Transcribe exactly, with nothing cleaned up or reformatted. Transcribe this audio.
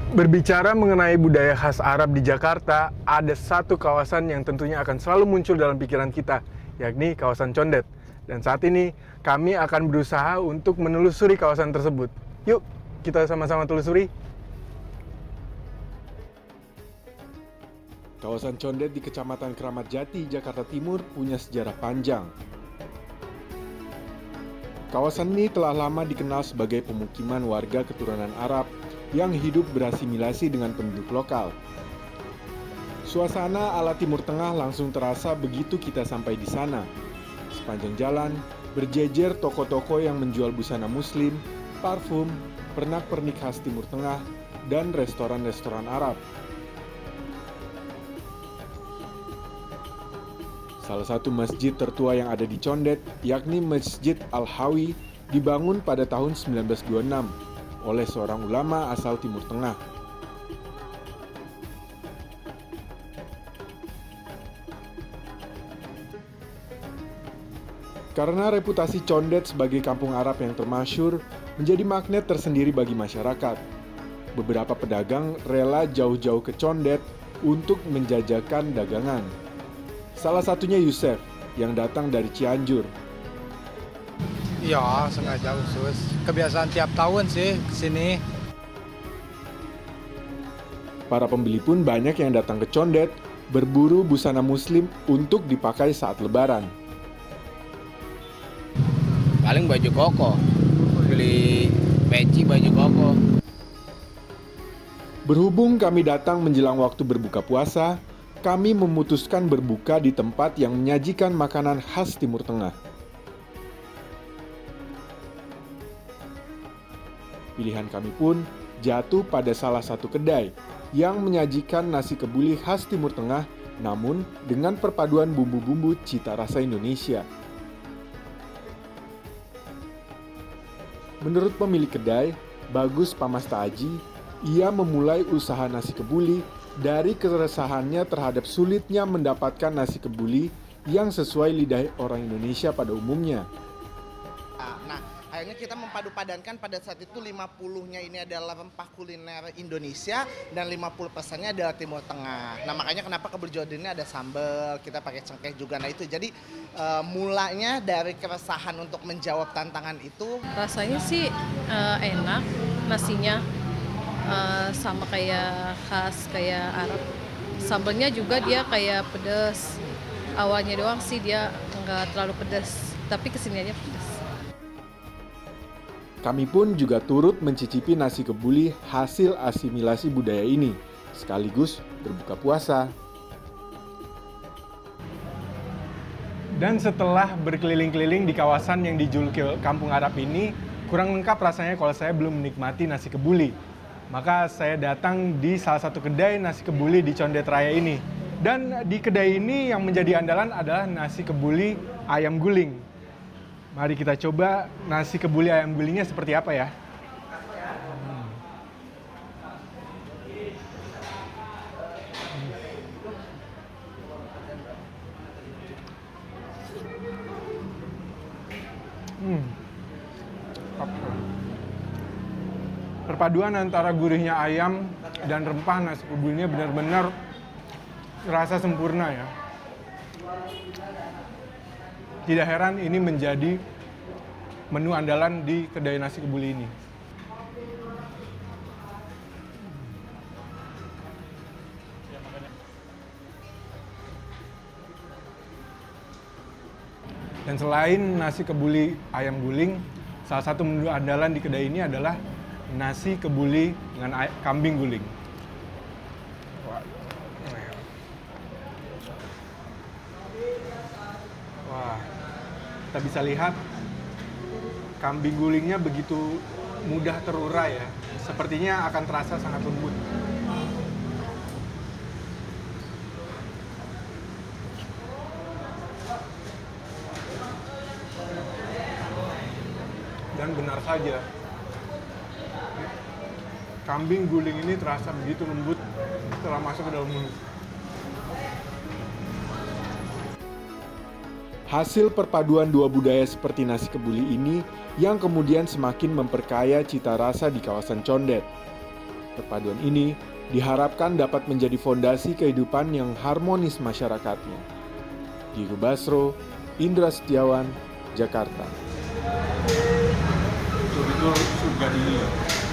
Berbicara mengenai budaya khas Arab di Jakarta, ada satu kawasan yang tentunya akan selalu muncul dalam pikiran kita, yakni kawasan Condet. Dan saat ini, kami akan berusaha untuk menelusuri kawasan tersebut. Yuk, kita sama-sama telusuri. Kawasan Condet di Kecamatan Kramat Jati, Jakarta Timur punya sejarah panjang. Kawasan ini telah lama dikenal sebagai pemukiman warga keturunan Arab yang hidup berasimilasi dengan penduduk lokal. Suasana ala Timur Tengah langsung terasa begitu kita sampai di sana. Sepanjang jalan, berjejer toko-toko yang menjual busana muslim, parfum, pernak-pernik khas Timur Tengah, dan restoran-restoran Arab. Salah satu masjid tertua yang ada di Condet, yakni Masjid Al-Hawi, dibangun pada tahun seribu sembilan ratus dua puluh enam oleh seorang ulama asal Timur Tengah. Karena reputasi Condet sebagai kampung Arab yang termasyhur menjadi magnet tersendiri bagi masyarakat. Beberapa pedagang rela jauh-jauh ke Condet untuk menjajakan dagangan. Salah satunya Yusef yang datang dari Cianjur. Iya, sengaja khusus. Kebiasaan tiap tahun sih kesini. Para pembeli pun banyak yang datang ke Condet berburu busana muslim untuk dipakai saat lebaran. Paling baju koko, beli peci baju koko. Berhubung kami datang menjelang waktu berbuka puasa, kami memutuskan berbuka di tempat yang menyajikan makanan khas Timur Tengah. Pilihan kami pun jatuh pada salah satu kedai yang menyajikan nasi kebuli khas Timur Tengah, namun dengan perpaduan bumbu-bumbu cita rasa Indonesia. Menurut pemilik kedai, Bagus Pamasta Aji, ia memulai usaha nasi kebuli dari keresahannya terhadap sulitnya mendapatkan nasi kebuli yang sesuai lidah orang Indonesia pada umumnya. Nah, akhirnya kita mempadu-padankan pada saat itu lima puluhnya ini adalah rempah kuliner Indonesia dan lima puluh persennya adalah Timur Tengah. Nah, makanya kenapa keberjodohan ini ada sambal, kita pakai cengkeh juga. Nah, itu jadi uh, mulanya dari keresahan untuk menjawab tantangan itu. Rasanya sih uh, enak, nasinya uh, sama kayak khas kayak Arab. Sambalnya juga dia kayak pedas. Awalnya doang sih dia nggak terlalu pedas, tapi kesiniannya pedas. Kami pun juga turut mencicipi nasi kebuli hasil asimilasi budaya ini, sekaligus berbuka puasa. Dan setelah berkeliling-keliling di kawasan yang dijuluki Kampung Arab ini, kurang lengkap rasanya kalau saya belum menikmati nasi kebuli. Maka saya datang di salah satu kedai nasi kebuli di Condet Raya ini. Dan di kedai ini yang menjadi andalan adalah nasi kebuli ayam guling. Mari kita coba nasi kebuli ayam gulingnya seperti apa ya. Hmm. Perpaduan antara gurihnya ayam dan rempah nasi kebulinya benar-benar rasa sempurna ya. Tidak heran ini menjadi menu andalan di kedai nasi kebuli ini. Dan selain nasi kebuli ayam guling, salah satu menu andalan di kedai ini adalah nasi kebuli dengan ay- kambing guling. Wah, kita bisa lihat kambing gulingnya begitu mudah terurai ya. Sepertinya akan terasa sangat lembut. Dan benar saja, kambing guling ini terasa begitu lembut setelah masuk ke dalam mulut. Hasil perpaduan dua budaya seperti nasi kebuli ini yang kemudian semakin memperkaya cita rasa di kawasan Condet. Perpaduan ini diharapkan dapat menjadi fondasi kehidupan yang harmonis masyarakatnya. Diego Basro, Indra Setiawan, Jakarta. Betul-betul surga ini ya.